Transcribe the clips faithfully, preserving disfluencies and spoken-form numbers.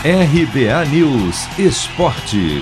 R B A News Esporte.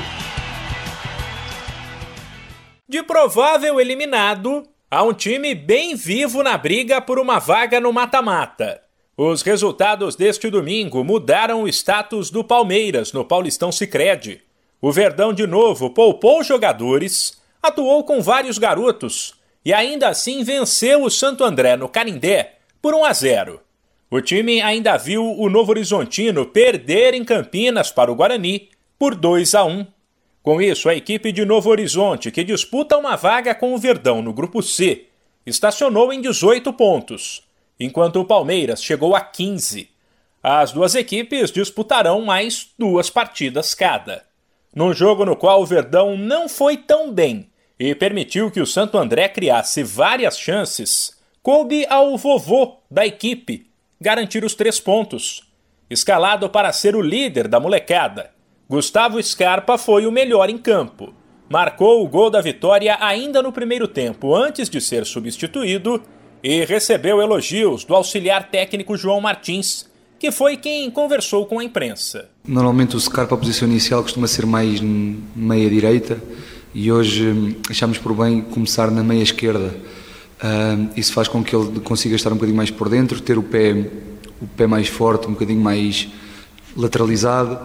De provável eliminado, há um time bem vivo na briga por uma vaga no mata-mata. Os resultados deste domingo mudaram o status do Palmeiras no Paulistão Sicredi. O Verdão de novo poupou jogadores, atuou com vários garotos e ainda assim venceu o Santo André no Canindé por um a zero. O time ainda viu o Novo Horizontino perder em Campinas para o Guarani por dois a um. Com isso, a equipe de Novo Horizonte, que disputa uma vaga com o Verdão no Grupo C, estacionou em dezoito pontos, enquanto o Palmeiras chegou a quinze. As duas equipes disputarão mais duas partidas cada. Num jogo no qual o Verdão não foi tão bem e permitiu que o Santo André criasse várias chances, coube ao vovô da equipe garantir os três pontos. Escalado para ser o líder da molecada, Gustavo Scarpa foi o melhor em campo. Marcou o gol da vitória ainda no primeiro tempo, antes de ser substituído, e recebeu elogios do auxiliar técnico João Martins, que foi quem conversou com a imprensa. Normalmente o Scarpa, a posição inicial, costuma ser mais meia-direita, e hoje achamos por bem começar na meia-esquerda. Uh, isso faz com que ele consiga estar um bocadinho mais por dentro, ter o pé, o pé mais forte, um bocadinho mais lateralizado.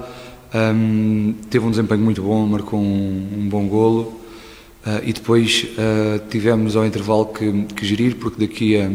Um, teve um desempenho muito bom, marcou um, um bom golo, uh, e depois uh, tivemos ao intervalo que, que gerir, porque daqui a,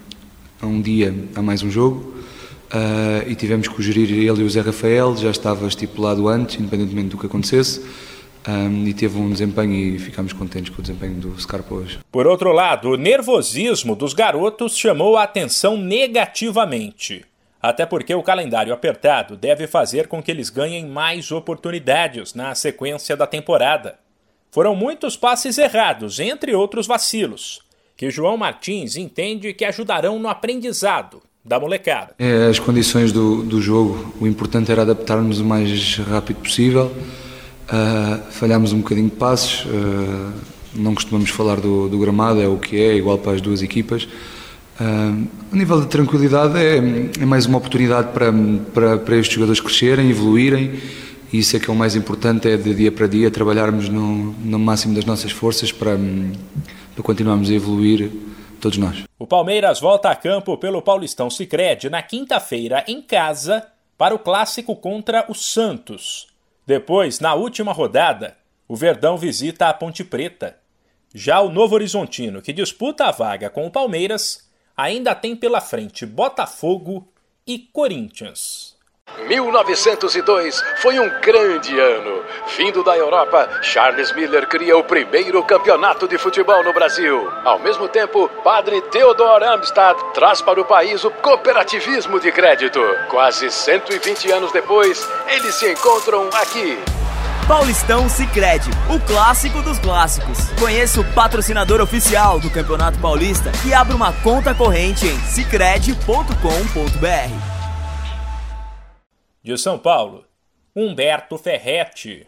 a um dia há mais um jogo, uh, e tivemos que gerir ele e o Zé Rafael. Já estava estipulado antes, independentemente do que acontecesse. Um, e teve um desempenho e ficámos contentes com o desempenho do Scarpa hoje. Por outro lado, o nervosismo dos garotos chamou a atenção negativamente. Até porque o calendário apertado deve fazer com que eles ganhem mais oportunidades na sequência da temporada. Foram muitos passes errados, entre outros vacilos, que João Martins entende que ajudarão no aprendizado da molecada. É, as condições do, do jogo, o importante era adaptarmos o mais rápido possível. Uh, falhámos um bocadinho de passes, uh, não costumamos falar do, do gramado, é o que é, igual para as duas equipas. Uh, a nível de tranquilidade é, é mais uma oportunidade para, para, para estes jogadores crescerem, evoluírem, e isso é que é o mais importante, é de dia para dia trabalharmos no, no máximo das nossas forças para, para continuarmos a evoluir todos nós. O Palmeiras volta a campo pelo Paulistão Sicredi na quinta-feira em casa para o clássico contra o Santos. Depois, na última rodada, o Verdão visita a Ponte Preta. Já o Novo Horizontino, que disputa a vaga com o Palmeiras, ainda tem pela frente Botafogo e Corinthians. mil novecentos e dois foi um grande ano. Vindo da Europa, Charles Miller cria o primeiro campeonato de futebol no Brasil. Ao mesmo tempo, Padre Theodor Amstad traz para o país o cooperativismo de crédito. Quase cento e vinte anos depois, eles se encontram aqui. Paulistão Sicredi, o clássico dos clássicos. Conheça o patrocinador oficial do Campeonato Paulista e abra uma conta corrente em sicredi ponto com ponto br. De São Paulo, Humberto Ferretti.